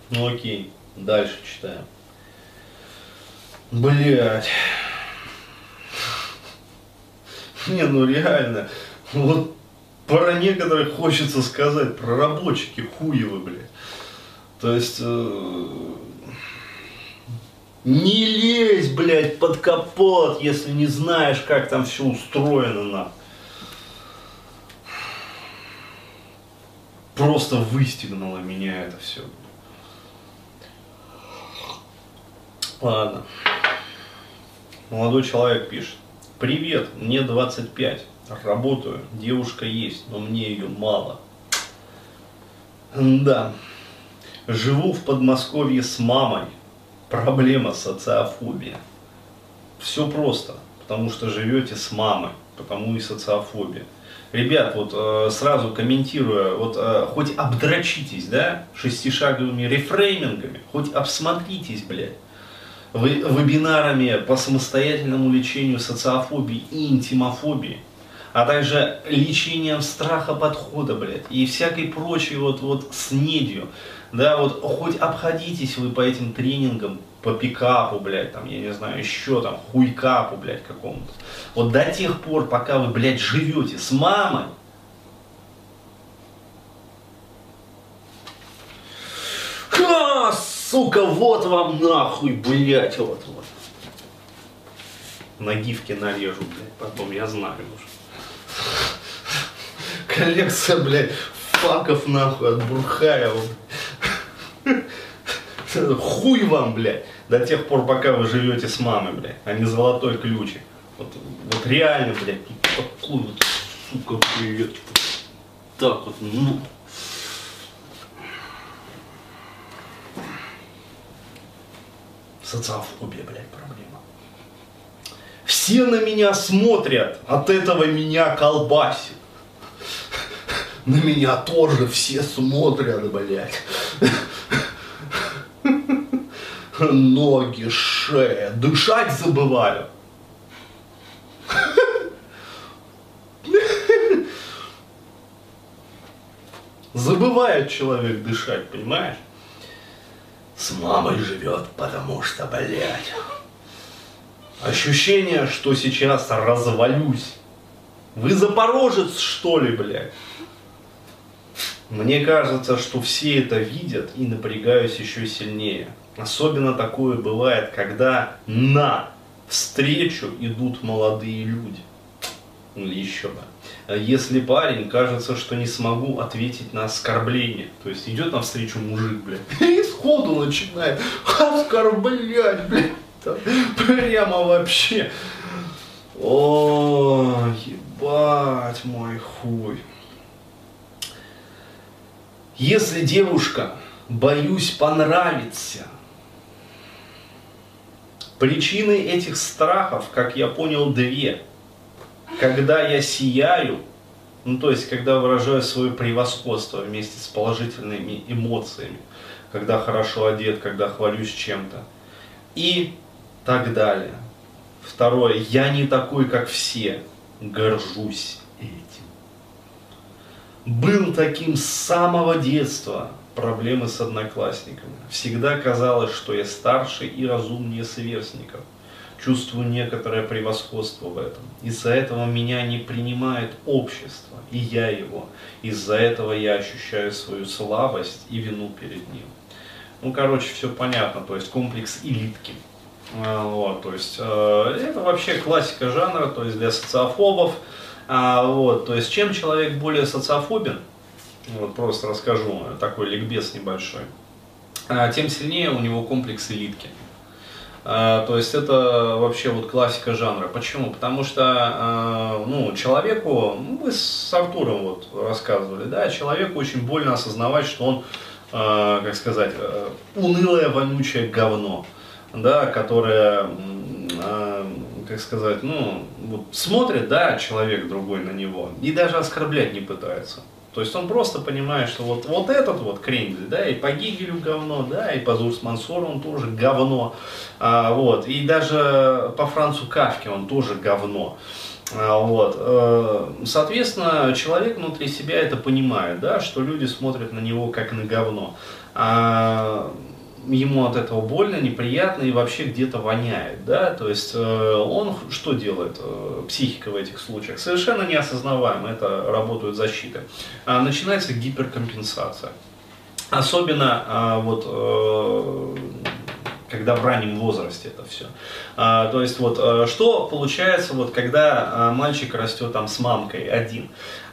Ну окей, дальше читаем. Блять. Не, ну реально. Вот про некоторых хочется сказать, проработчики хуевы, блядь. То есть, не лезь, блядь, под капот, если не знаешь, как там все устроено, на. Просто выстегнуло меня это все. Ладно. Молодой человек пишет. Привет, мне 25. Работаю, девушка есть, но мне ее мало. Да. Живу в Подмосковье с мамой. Проблема социофобия. Все просто, потому что живете с мамой, потому и социофобия. Ребят, вот сразу комментируя, вот хоть обдрочитесь, да, шестишаговыми рефреймингами, хоть обсмотритесь, блядь, вебинарами по самостоятельному лечению социофобии и интимофобии, а также лечением страха подхода, блядь, и всякой прочей вот снедью, да, вот хоть обходитесь вы по этим тренингам, по пикапу, блядь, там, я не знаю, еще там, хуйкапу, блядь, какому-то. Вот до тех пор, пока вы, блядь, живете с мамой, ха, сука, вот вам нахуй, блядь, вот. На гифке нарежу, блядь, потом, я знаю уже. Коллекция, блядь, факов, нахуй, от Бурхаева. Хуй вам, блядь, до тех пор, пока вы живете с мамой, блядь, а не золотой ключик. Вот реально, блядь, такой вот, сука, блядь, вот так вот, ну. Социофобия, блядь, проблема. Все на меня смотрят, от этого меня колбасит. На меня тоже все смотрят, блядь. Ноги, шея, дышать забываю. Забывает человек дышать, понимаешь? С мамой живет, потому что, блядь. Ощущение, что сейчас развалюсь. Вы запорожец, что ли, блядь? Мне кажется, что все это видят и напрягаюсь еще сильнее. Особенно такое бывает, когда на встречу идут молодые люди. Еще бы. Если парень, кажется, что не смогу ответить на оскорбление. То есть идет навстречу мужик, блядь, и сходу начинает оскорблять, блядь. Прямо вообще. О, ебать мой хуй. Если девушка, боюсь, понравится. Причины этих страхов, как я понял, две. Когда я сияю, ну то есть когда выражаю свое превосходство вместе с положительными эмоциями, когда хорошо одет, когда хвалюсь чем-то и так далее. Второе, я не такой, как все, горжусь этим. Был таким с самого детства, проблемы с одноклассниками. Всегда казалось, что я старше и разумнее сверстников. Чувствую некоторое превосходство в этом. Из-за этого меня не принимает общество, и я его. Из-за этого я ощущаю свою слабость и вину перед ним. Ну, короче, все понятно, то есть комплекс элитки. Вот, то есть это вообще классика жанра, то есть для социофобов. Вот, то есть чем человек более социофобен, вот просто расскажу, такой ликбез небольшой, тем сильнее у него комплекс элитки. То есть это вообще вот классика жанра. Почему? Потому что ну, человеку, мы с Артуром вот рассказывали, да, человеку очень больно осознавать, что он, как сказать, унылое, вонючее говно, да, которое, как сказать, ну, вот смотрит, да, человек другой на него и даже оскорблять не пытается. То есть он просто понимает, что вот этот вот крендель, да, и по Гегелю говно, да, и по Зурс-Мансору он тоже говно, вот, и даже по Францу Кафке он тоже говно. Вот. Соответственно, человек внутри себя это понимает, да, что люди смотрят на него как на говно. Ему от этого больно, неприятно и вообще где-то воняет, да, то есть он что делает, психика в этих случаях? Совершенно неосознаваемо, это работают защиты. Начинается гиперкомпенсация. Особенно вот когда в раннем возрасте это все. То есть вот что получается, вот когда мальчик растет там с мамкой один.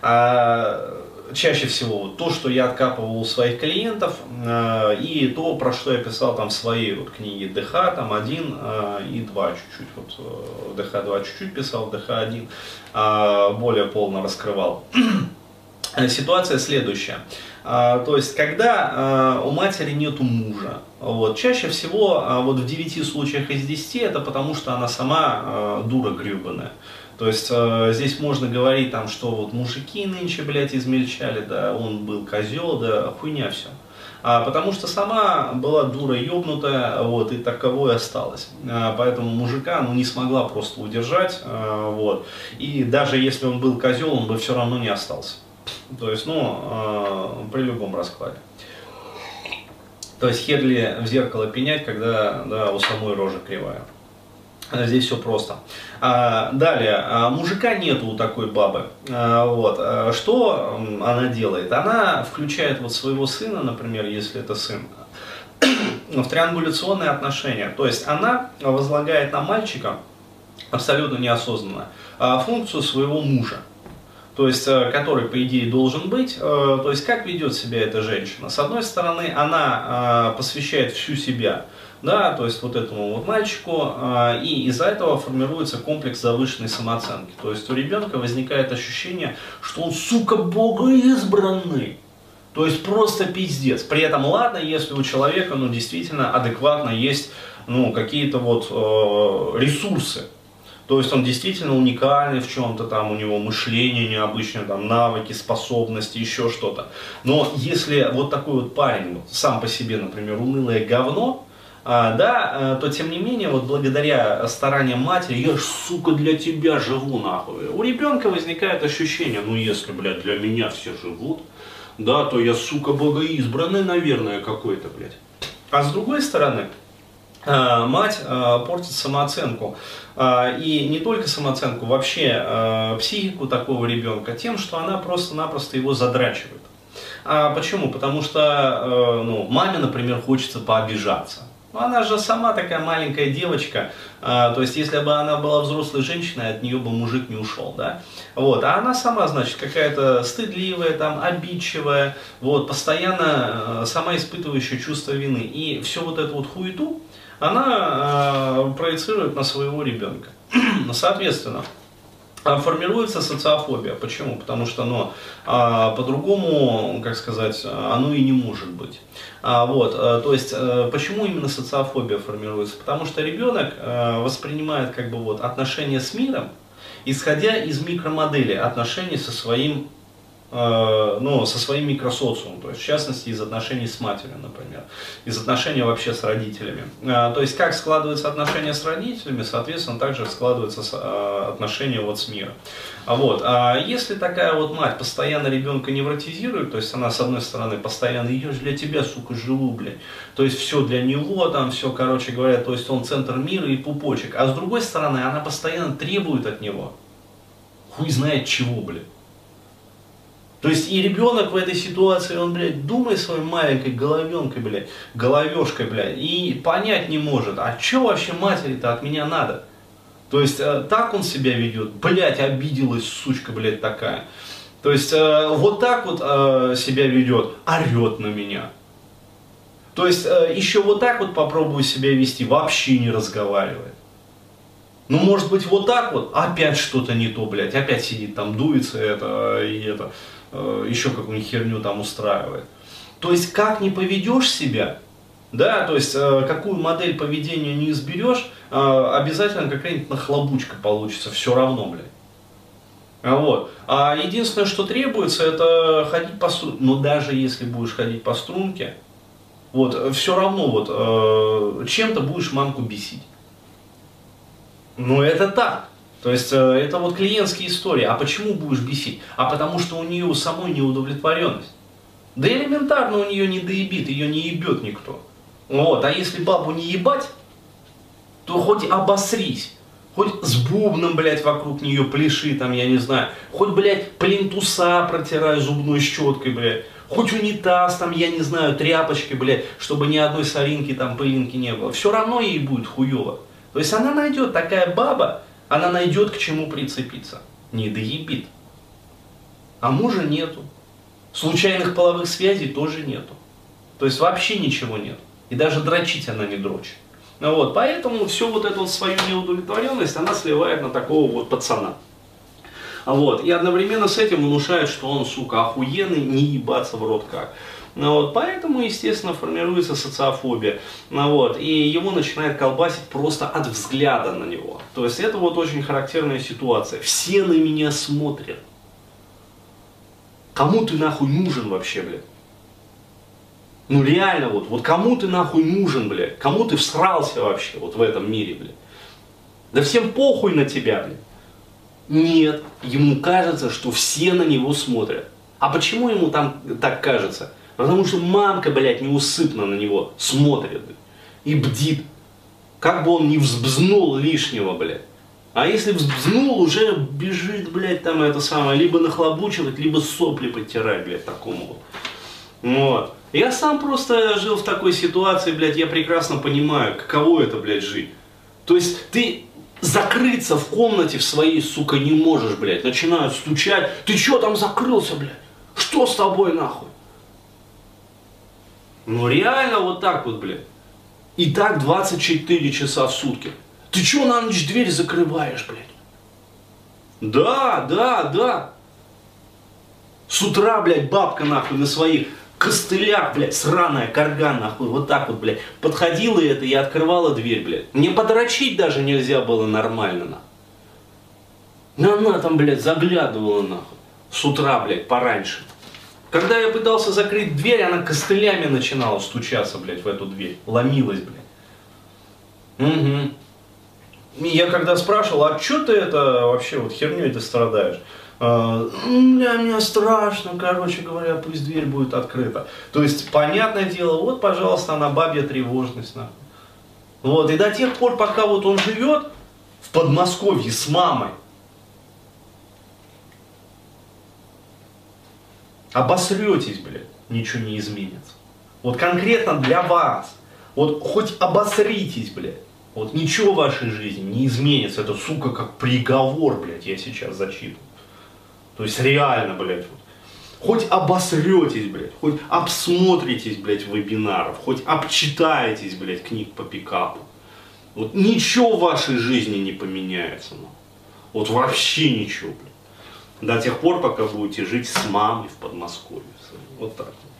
Чаще всего вот то, что я откапывал у своих клиентов, и то, про что я писал там в своей вот книге ДХ, там 1 и 2 чуть-чуть, вот ДХ 2 чуть-чуть писал, ДХ 1 более полно раскрывал. Ситуация следующая. То есть, когда у матери нету мужа, вот, чаще всего вот в 9 случаях из 10 это потому, что она сама дура гребаная. То есть здесь можно говорить, там, что вот мужики нынче, блядь, измельчали, да, он был козел, да, хуйня все. Потому что сама была дура ебнутая, вот, и таковой осталась. Поэтому мужика, ну, не смогла просто удержать, вот. И даже если он был козел, он бы все равно не остался. То есть, ну, при любом раскладе. То есть хер ли в зеркало пенять, когда, да, у самой рожа кривая. Здесь все просто. Далее, мужика нету у такой бабы. Вот. Что она делает? Она включает вот своего сына, например, если это сын, в триангуляционные отношения. То есть она возлагает на мальчика абсолютно неосознанно функцию своего мужа. То есть, который, по идее, должен быть. То есть, как ведет себя эта женщина? С одной стороны, она посвящает всю себя, да, то есть вот этому вот мальчику, и из-за этого формируется комплекс завышенной самооценки. То есть у ребенка возникает ощущение, что он, сука, богоизбранный. То есть просто пиздец. При этом, ладно, если у человека, ну, действительно адекватно есть, ну, какие-то вот ресурсы. То есть он действительно уникальный в чем-то, там у него мышление необычное, там навыки, способности, еще что-то. Но если вот такой вот парень, вот, сам по себе, например, унылое говно, да, то тем не менее, вот благодаря стараниям матери, я ж, сука, для тебя живу, нахуй. У ребенка возникает ощущение, ну если, блядь, для меня все живут, да, то я, сука, богоизбранный, наверное, какой-то, блядь. А с другой стороны, мать портит самооценку. И не только самооценку, вообще психику такого ребенка тем, что она просто-напросто его задрачивает. Почему? Потому что ну, маме, например, хочется пообижаться. Но она же сама такая маленькая девочка, то есть если бы она была взрослой женщиной, от нее бы мужик не ушел, да? Вот. А она сама, значит, какая-то стыдливая, там, обидчивая, вот, постоянно сама испытывающая чувство вины. И всю вот эту вот хуету она проецирует на своего ребенка. Соответственно, формируется социофобия. Почему? Потому что, ну, по-другому, как сказать, оно и не может быть. Вот, то есть, почему именно социофобия формируется? Потому что ребенок воспринимает как бы вот отношения с миром, исходя из микромодели отношений со своим, ну, со своим микросоциумом, то есть в частности из отношений с матерью, например, из отношений вообще с родителями. То есть как складываются отношения с родителями, соответственно, также складываются отношения вот с миром. Вот. А если такая вот мать постоянно ребенка невротизирует, то есть она с одной стороны постоянно, я же для тебя, сука, живу, блядь, то есть все для него, там все, короче говоря, то есть он центр мира и пупочек, а с другой стороны она постоянно требует от него, хуй знает чего, блядь. То есть и ребенок в этой ситуации, он, блядь, думает своей маленькой головенкой, блядь, головешкой, блядь, и понять не может, а что вообще матери-то от меня надо? То есть так он себя ведет, блядь, обиделась, сучка, блядь, такая. То есть вот так вот себя ведет, орет на меня. То есть еще вот так вот попробую себя вести, вообще не разговаривает. Ну, может быть, вот так вот, опять что-то не то, блядь, опять сидит там, дуется это и это, еще какую-нибудь херню там устраивает. То есть, как не поведешь себя, да, то есть, какую модель поведения не изберешь, обязательно какая-нибудь нахлобучка получится, все равно, блядь. Вот. А единственное, что требуется, это ходить по струнке. Но даже если будешь ходить по струнке, вот, все равно вот, чем-то будешь мамку бесить. Ну это так. То есть это вот клиентские истории. А почему будешь бесить? А потому что у нее у самой неудовлетворенность. Да элементарно у нее не доебит, ее не ебет никто. Вот. А если бабу не ебать, то хоть обосрись. Хоть с бубном, блядь, вокруг нее пляши, там, я не знаю. Хоть, блядь, плинтуса протирай зубной щеткой, блядь. Хоть унитаз, там, я не знаю, тряпочкой, блядь, чтобы ни одной соринки, там, пылинки не было. Все равно ей будет хуево. То есть она найдет, такая баба, она найдет к чему прицепиться. Не доебит. А мужа нету. Случайных половых связей тоже нету. То есть вообще ничего нет. И даже дрочить она не дрочит. Ну вот, поэтому всю вот эту вот свою неудовлетворенность она сливает на такого вот пацана. Вот, и одновременно с этим внушает, что он, сука, охуенный, не ебаться в рот как. Ну вот, поэтому, естественно, формируется социофобия. Ну вот, и его начинает колбасить просто от взгляда на него. То есть это вот очень характерная ситуация. Все на меня смотрят. Кому ты нахуй нужен вообще, блядь? Ну реально вот кому ты нахуй нужен, блядь? Кому ты всрался вообще вот в этом мире, блядь? Да всем похуй на тебя, блядь. Нет, ему кажется, что все на него смотрят. А почему ему там так кажется? Потому что мамка, блядь, неусыпно на него смотрит, блядь, и бдит. Как бы он не взбзнул лишнего, блядь. А если взбзнул, уже бежит, блядь, там это самое, либо нахлобучивать, либо сопли подтирать, блядь, такому вот. Вот. Я сам просто жил в такой ситуации, блядь, я прекрасно понимаю, каково это, блядь, жить. То есть ты закрыться в комнате в своей, сука, не можешь, блядь. Начинают стучать. Ты чё там закрылся, блядь? Что с тобой, нахуй? Ну реально вот так вот, блядь. И так 24 часа в сутки. Ты чё на ночь дверь закрываешь, блядь? Да. С утра, блядь, бабка, нахуй, на своих костылях, блядь, сраная карга, нахуй, вот так вот, блядь, подходила это и открывала дверь, блядь. Мне подрочить даже нельзя было нормально, нахуй. Она там, блядь, заглядывала, нахуй, с утра, блядь, пораньше. Когда я пытался закрыть дверь, она костылями начинала стучаться, блядь, в эту дверь. Ломилась, блядь. Угу. И я когда спрашивал, а что ты это вообще вот херней ты страдаешь? Мне страшно, короче говоря, пусть дверь будет открыта. То есть, понятное дело, вот, пожалуйста, она бабья тревожность. Нахуй. Вот, и до тех пор, пока вот он живет в Подмосковье с мамой, обосретесь, блядь, ничего не изменится. Вот конкретно для вас, вот хоть обосритесь, блядь, вот ничего в вашей жизни не изменится. Это, сука, как приговор, блядь, я сейчас зачитываю. То есть реально, блядь, вот. Хоть обосретесь, блядь, хоть обсмотритесь, блядь, вебинаров, хоть обчитаетесь, блядь, книг по пикапу. Вот ничего в вашей жизни не поменяется. Ну. Вот вообще ничего, блядь. До тех пор, пока будете жить с мамой в Подмосковье. Вот так.